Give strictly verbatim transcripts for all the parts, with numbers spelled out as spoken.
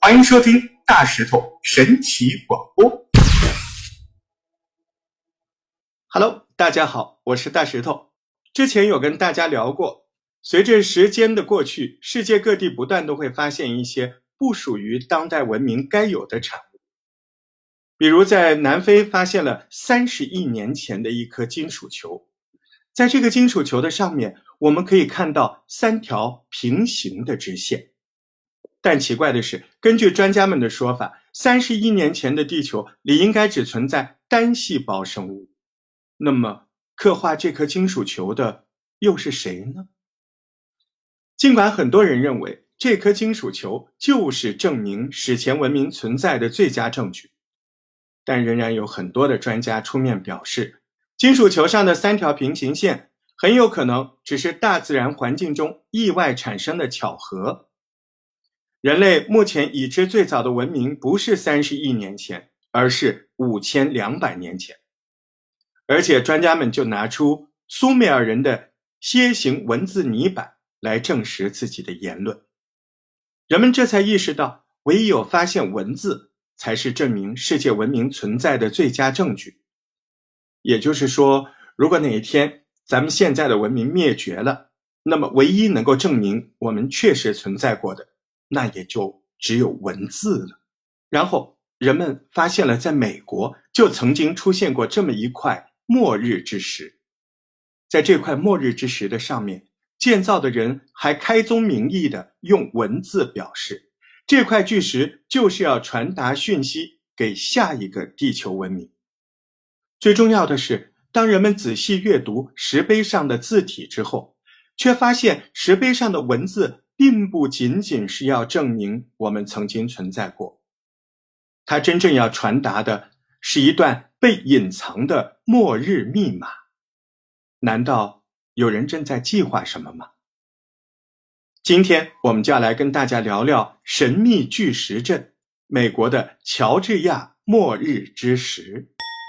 欢迎收听大石头神奇广播。 Hello， 大家好，我是大石头。之前有跟大家聊过，随着时间的过去，世界各地不断都会发现一些不属于当代文明该有的产物。比如在南非发现了三十亿年前的一颗金属球，在这个金属球的上面，我们可以看到三条平行的直线。但奇怪的是，根据专家们的说法，三十亿年前的地球里应该只存在单细胞生物。那么刻画这颗金属球的又是谁呢？尽管很多人认为这颗金属球就是证明史前文明存在的最佳证据，但仍然有很多的专家出面表示，金属球上的三条平行线很有可能只是大自然环境中意外产生的巧合。人类目前已知最早的文明不是三十亿年前，而是五千两百年前。而且专家们就拿出苏美尔人的楔形文字泥板来证实自己的言论。人们这才意识到，唯有发现文字才是证明世界文明存在的最佳证据。也就是说，如果哪一天咱们现在的文明灭绝了，那么唯一能够证明我们确实存在过的，那也就只有文字了。然后人们发现了，在美国就曾经出现过这么一块末日之石。在这块末日之石的上面，建造的人还开宗明义地用文字表示，这块巨石就是要传达讯息给下一个地球文明。最重要的是，当人们仔细阅读石碑上的字体之后，却发现石碑上的文字并不仅仅是要证明我们曾经存在过，它真正要传达的是一段被隐藏的末日密码。难道有人正在计划什么吗？今天我们就要来跟大家聊聊神秘巨石阵，美国的乔治亚末日之石。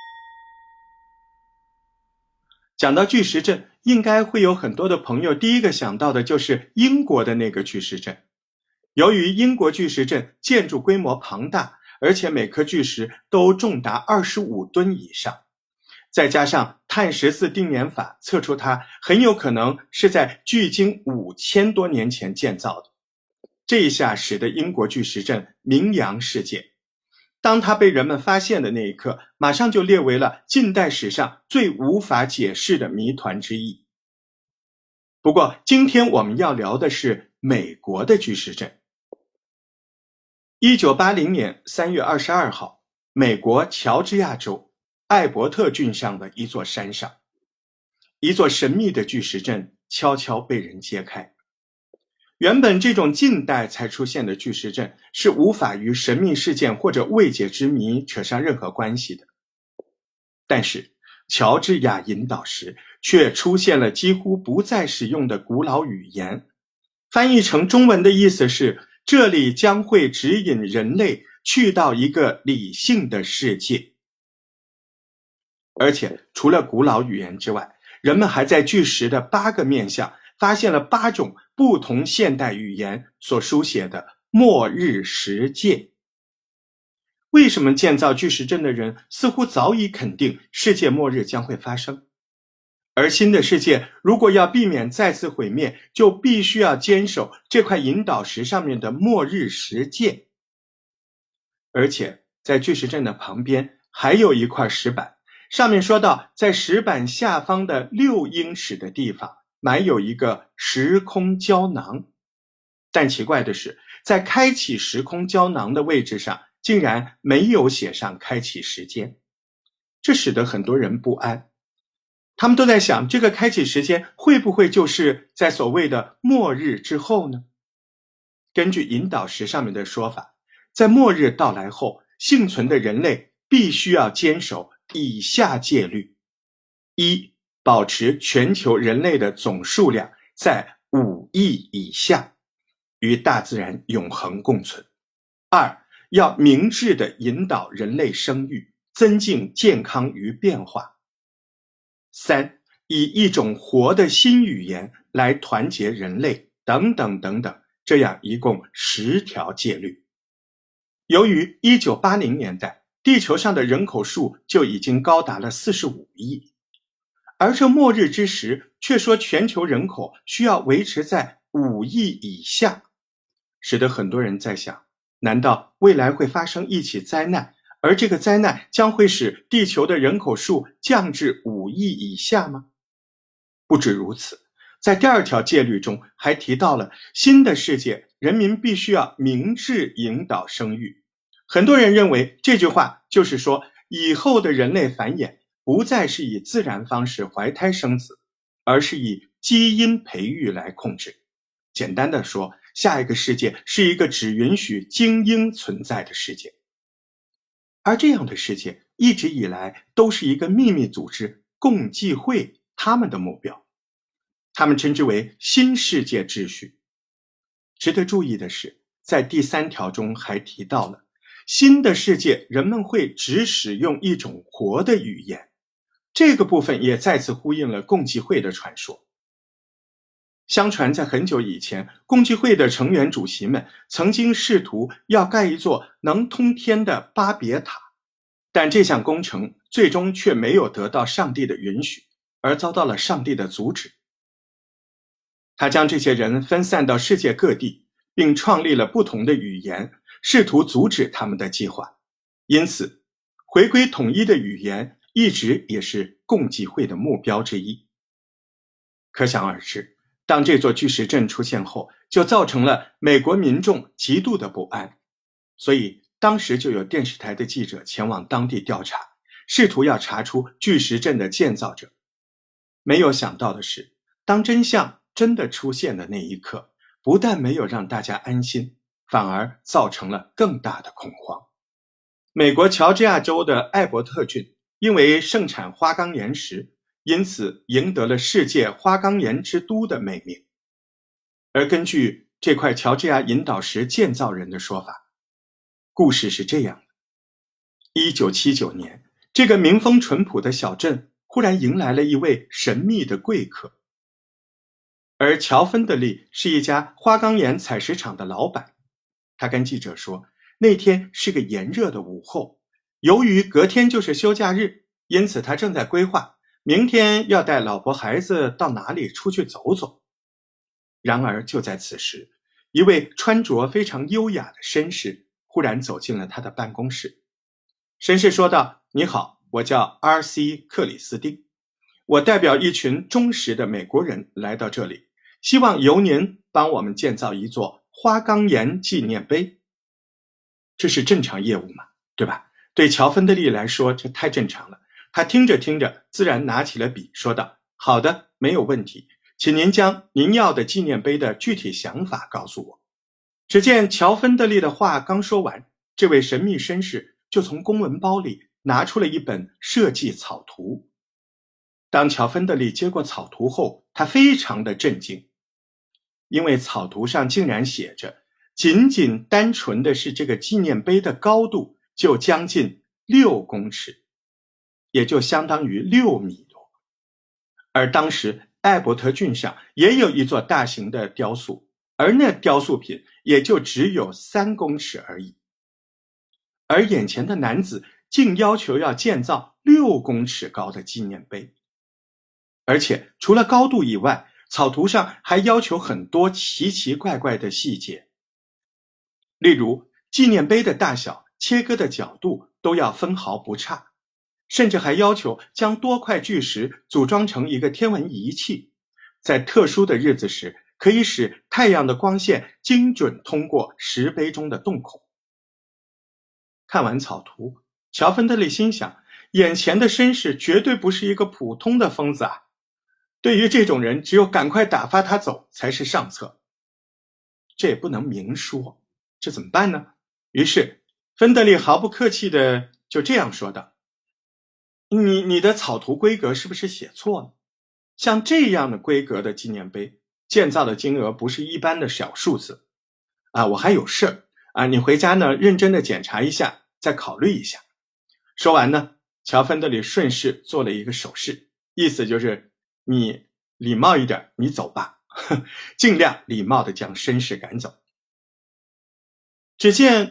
讲到巨石阵，应该会有很多的朋友第一个想到的就是英国的那个巨石阵。由于英国巨石阵建筑规模庞大，而且每颗巨石都重达二十五吨以上，再加上碳十四定年法测出它很有可能是在距今五千多年前建造的，这一下使得英国巨石阵名扬世界。当它被人们发现的那一刻，马上就列为了近代史上最无法解释的谜团之一。不过今天我们要聊的是美国的巨石阵。一九八零年三月二十二号，美国乔治亚州艾伯特郡上的一座山上，一座神秘的巨石阵悄悄被人揭开。原本这种近代才出现的巨石阵是无法与神秘事件或者未解之谜扯上任何关系的。但是乔治亚银岛石却出现了几乎不再使用的古老语言，翻译成中文的意思是，这里将会指引人类去到一个理性的世界。而且除了古老语言之外，人们还在巨石的八个面向发现了八种不同现代语言所书写的末日十诫。为什么建造巨石阵的人似乎早已肯定世界末日将会发生？而新的世界如果要避免再次毁灭，就必须要坚守这块引导石上面的末日十诫。而且在巨石阵的旁边还有一块石板，上面说到在石板下方的六英尺的地方埋有一个时空胶囊。但奇怪的是，在开启时空胶囊的位置上竟然没有写上开启时间，这使得很多人不安。他们都在想，这个开启时间会不会就是在所谓的末日之后呢？根据引导石上面的说法，在末日到来后，幸存的人类必须要坚守以下戒律：一、保持全球人类的总数量在五亿以下，与大自然永恒共存；二、要明智地引导人类生育，增进健康与变化；三、以一种活的新语言来团结人类，等等等等，这样一共十条戒律。 由于一九八零年代地球上的人口数就已经高达了四十五亿，而这末日之时却说全球人口需要维持在五亿以下，使得很多人在想，难道未来会发生一起灾难，而这个灾难将会使地球的人口数降至五亿以下吗？不止如此，在第二条戒律中还提到了新的世界人民必须要明智引导生育。很多人认为这句话就是说，以后的人类繁衍不再是以自然方式怀胎生子，而是以基因培育来控制。简单的说，下一个世界是一个只允许精英存在的世界。而这样的世界一直以来都是一个秘密组织共济会他们的目标，他们称之为新世界秩序。值得注意的是，在第三条中还提到了新的世界人们会只使用一种活的语言，这个部分也再次呼应了共济会的传说。相传在很久以前，共济会的成员主席们曾经试图要盖一座能通天的巴别塔，但这项工程最终却没有得到上帝的允许，而遭到了上帝的阻止。他将这些人分散到世界各地，并创立了不同的语言，试图阻止他们的计划。因此，回归统一的语言一直也是共济会的目标之一。可想而知，当这座巨石阵出现后，就造成了美国民众极度的不安，所以当时就有电视台的记者前往当地调查，试图要查出巨石阵的建造者。没有想到的是，当真相真的出现的那一刻，不但没有让大家安心，反而造成了更大的恐慌。美国乔治亚州的艾伯特郡因为盛产花岗岩石，因此赢得了世界花岗岩之都的美名。而根据这块乔治亚银岛石建造人的说法，故事是这样的：一九七九年，这个民风淳朴的小镇忽然迎来了一位神秘的贵客。而乔芬德利是一家花岗岩采石场的老板，他跟记者说，那天是个炎热的午后，由于隔天就是休假日，因此他正在规划明天要带老婆孩子到哪里出去走走。然而就在此时，一位穿着非常优雅的绅士忽然走进了他的办公室。绅士说道，你好，我叫 R C 克里斯汀，我代表一群忠实的美国人来到这里，希望由您帮我们建造一座花岗岩纪念碑。这是正常业务嘛，对吧？对乔芬德利来说，这太正常了。他听着听着，自然拿起了笔，说道，好的，没有问题，请您将您要的纪念碑的具体想法告诉我。只见乔芬德利的话刚说完，这位神秘绅士就从公文包里拿出了一本设计草图。当乔芬德利接过草图后，他非常的震惊，因为草图上竟然写着，仅仅单纯的是这个纪念碑的高度就将近六公尺，也就相当于六米多。而当时艾伯特郡上也有一座大型的雕塑，而那雕塑品也就只有三公尺而已。而眼前的男子竟要求要建造六公尺高的纪念碑，而且除了高度以外，草图上还要求很多奇奇怪怪的细节。例如，纪念碑的大小、切割的角度都要分毫不差，甚至还要求将多块巨石组装成一个天文仪器，在特殊的日子时，可以使太阳的光线精准通过石碑中的洞孔。看完草图，乔芬德利心想，眼前的绅士绝对不是一个普通的疯子啊！对于这种人，只有赶快打发他走才是上策。这也不能明说，这怎么办呢？于是芬德利毫不客气的就这样说道，你你的草图规格是不是写错了？像这样的规格的纪念碑，建造的金额不是一般的小数字啊！我还有事儿啊，你回家呢认真的检查一下，再考虑一下。说完呢，乔芬德里顺势做了一个手势，意思就是你礼貌一点，你走吧，尽量礼貌的将绅士赶走。只见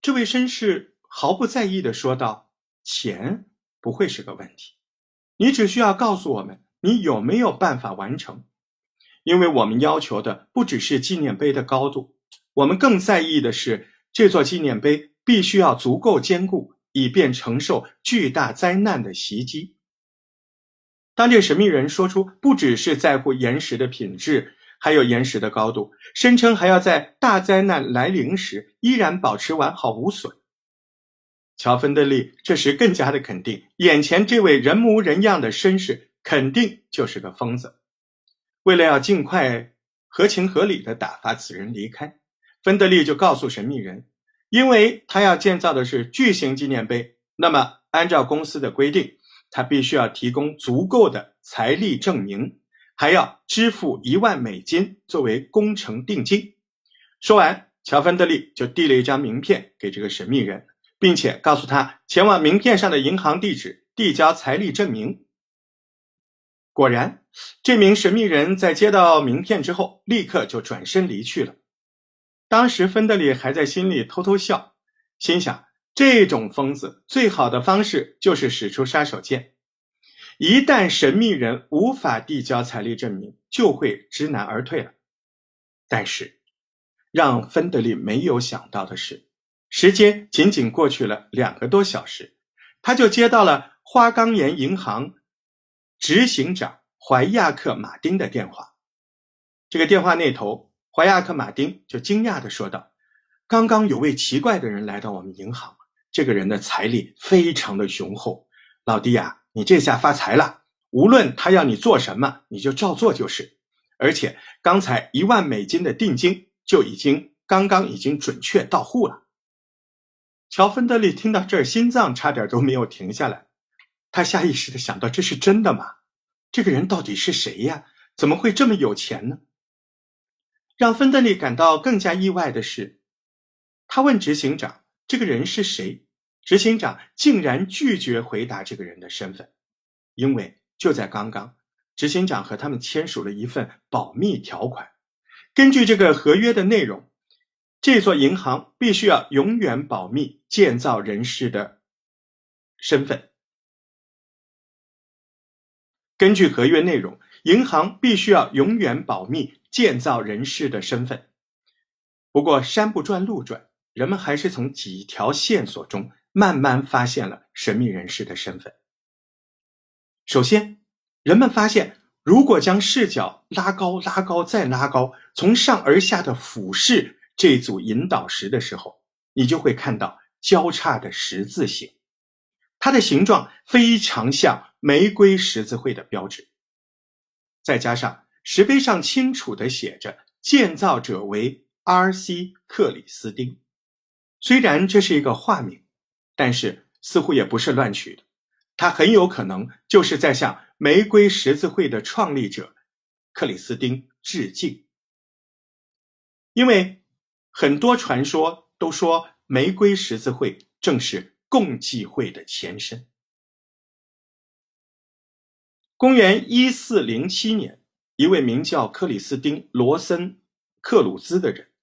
这位绅士毫不在意地说道，钱不会是个问题，你只需要告诉我们你有没有办法完成，因为我们要求的不只是纪念碑的高度，我们更在意的是这座纪念碑必须要足够坚固，以便承受巨大灾难的袭击。当这神秘人说出不只是在乎岩石的品质，还有岩石的高度，声称还要在大灾难来临时依然保持完好无损，乔芬德利这时更加的肯定，眼前这位人模人样的绅士肯定就是个疯子。为了要尽快合情合理地打发此人离开，芬德利就告诉神秘人，因为他要建造的是巨型纪念碑，那么按照公司的规定，他必须要提供足够的财力证明，还要支付一万美金作为工程定金。说完，乔芬德利就递了一张名片给这个神秘人，并且告诉他前往名片上的银行地址递交财力证明。果然，这名神秘人在接到名片之后立刻就转身离去了。当时芬德利还在心里偷偷笑，心想这种疯子最好的方式就是使出杀手锏，一旦神秘人无法递交财力证明，就会知难而退了。但是让芬德利没有想到的是，时间仅仅过去了两个多小时，他就接到了花岗岩银行执行长怀亚克马丁的电话。这个电话那头，怀亚克马丁就惊讶地说道，刚刚有位奇怪的人来到我们银行，这个人的财力非常的雄厚，老弟啊，你这下发财了，无论他要你做什么，你就照做就是。而且刚才一万美金的定金就已经刚刚已经准确到户了。乔芬德利听到这儿，心脏差点都没有停下来，他下意识地想到，这是真的吗？这个人到底是谁呀？怎么会这么有钱呢？让芬德利感到更加意外的是，他问执行长这个人是谁，执行长竟然拒绝回答这个人的身份，因为就在刚刚，执行长和他们签署了一份保密条款。根据这个合约的内容，这座银行必须要永远保密建造人士的身份。根据合约内容，银行必须要永远保密建造人士的身份。不过山不转路转，人们还是从几条线索中慢慢发现了神秘人士的身份。首先，人们发现如果将视角拉高拉高再拉高，从上而下的俯视这组引导石的时候，你就会看到交叉的十字形，它的形状非常像玫瑰十字会的标志。再加上石碑上清楚地写着建造者为 R C 克里斯汀，虽然这是一个化名，但是似乎也不是乱取的，它很有可能就是在向玫瑰十字会的创立者克里斯汀致敬。因为很多传说都说玫瑰十字会正是共济会的前身。公元一四零七年，一位名叫克里斯汀·罗森克鲁兹的人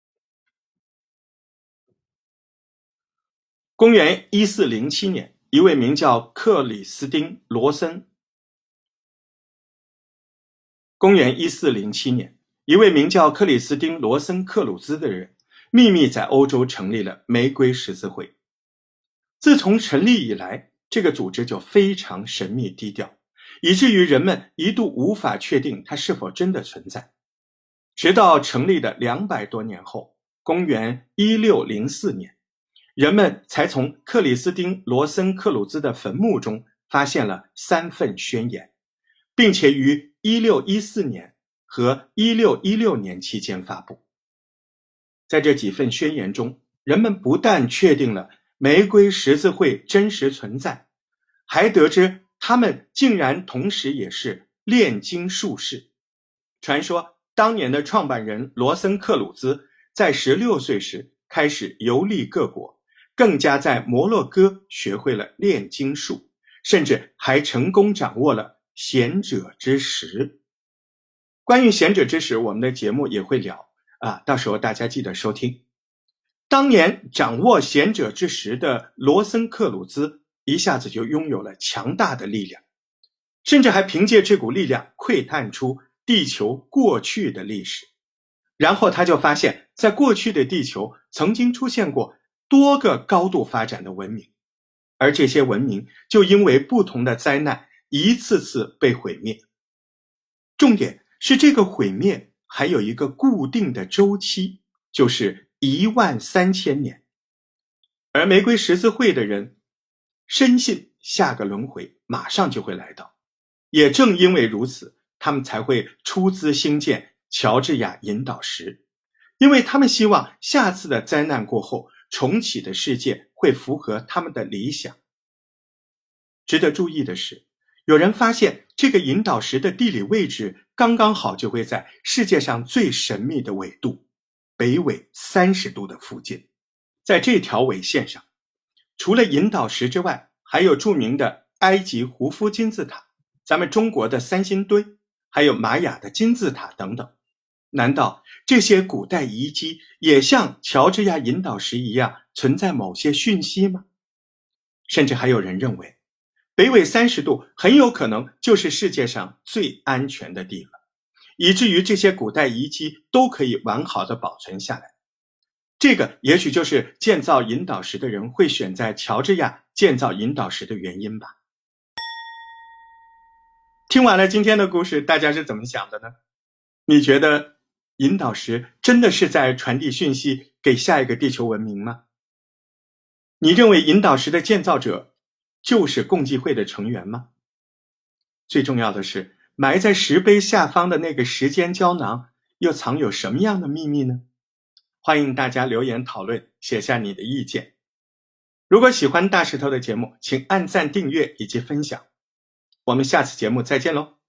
公元一四零七年，一位名叫克里斯汀·罗森公元一四零七年，一位名叫克里斯汀·罗森克鲁兹的人秘密在欧洲成立了玫瑰十字会。自从成立以来，这个组织就非常神秘低调，以至于人们一度无法确定它是否真的存在。直到成立的两百多年后，公元一六零四年，人们才从克里斯汀·罗森克鲁兹的坟墓中发现了三份宣言，并且于一六一四年和一六一六年期间发布。在这几份宣言中，人们不但确定了玫瑰十字会真实存在，还得知他们竟然同时也是炼金术士。传说当年的创办人罗森克鲁兹在十六岁时开始游历各国，更加在摩洛哥学会了炼金术，甚至还成功掌握了贤者之石。关于贤者之石，我们的节目也会聊啊，到时候大家记得收听。 当年掌握贤者之石的罗森克鲁兹一下子就拥有了强大的力量，甚至还凭借这股力量窥探出地球过去的历史。然后他就发现，在过去的地球曾经出现过多个高度发展的文明，而这些文明就因为不同的灾难一次次被毁灭。重点是这个毁灭还有一个固定的周期，就是一万三千年。而玫瑰十字会的人深信下个轮回马上就会来到，也正因为如此，他们才会出资兴建乔治亚引导石，因为他们希望下次的灾难过后，重启的世界会符合他们的理想。值得注意的是，有人发现这个引导石的地理位置刚刚好就会在世界上最神秘的纬度北纬三十度的附近。在这条纬线上，除了引导石之外，还有著名的埃及胡夫金字塔，咱们中国的三星堆，还有玛雅的金字塔等等。难道这些古代遗迹也像乔治亚引导石一样存在某些讯息吗？甚至还有人认为，北纬三十度很有可能就是世界上最安全的地方，以至于这些古代遗迹都可以完好的保存下来。这个也许就是建造引导石的人会选在乔治亚建造引导石的原因吧。听完了今天的故事，大家是怎么想的呢？你觉得引导石真的是在传递讯息给下一个地球文明吗？你认为引导石的建造者就是共济会的成员吗？最重要的是，埋在石碑下方的那个时间胶囊又藏有什么样的秘密呢？欢迎大家留言讨论，写下你的意见。如果喜欢大石头的节目，请按赞、订阅以及分享。我们下次节目再见喽。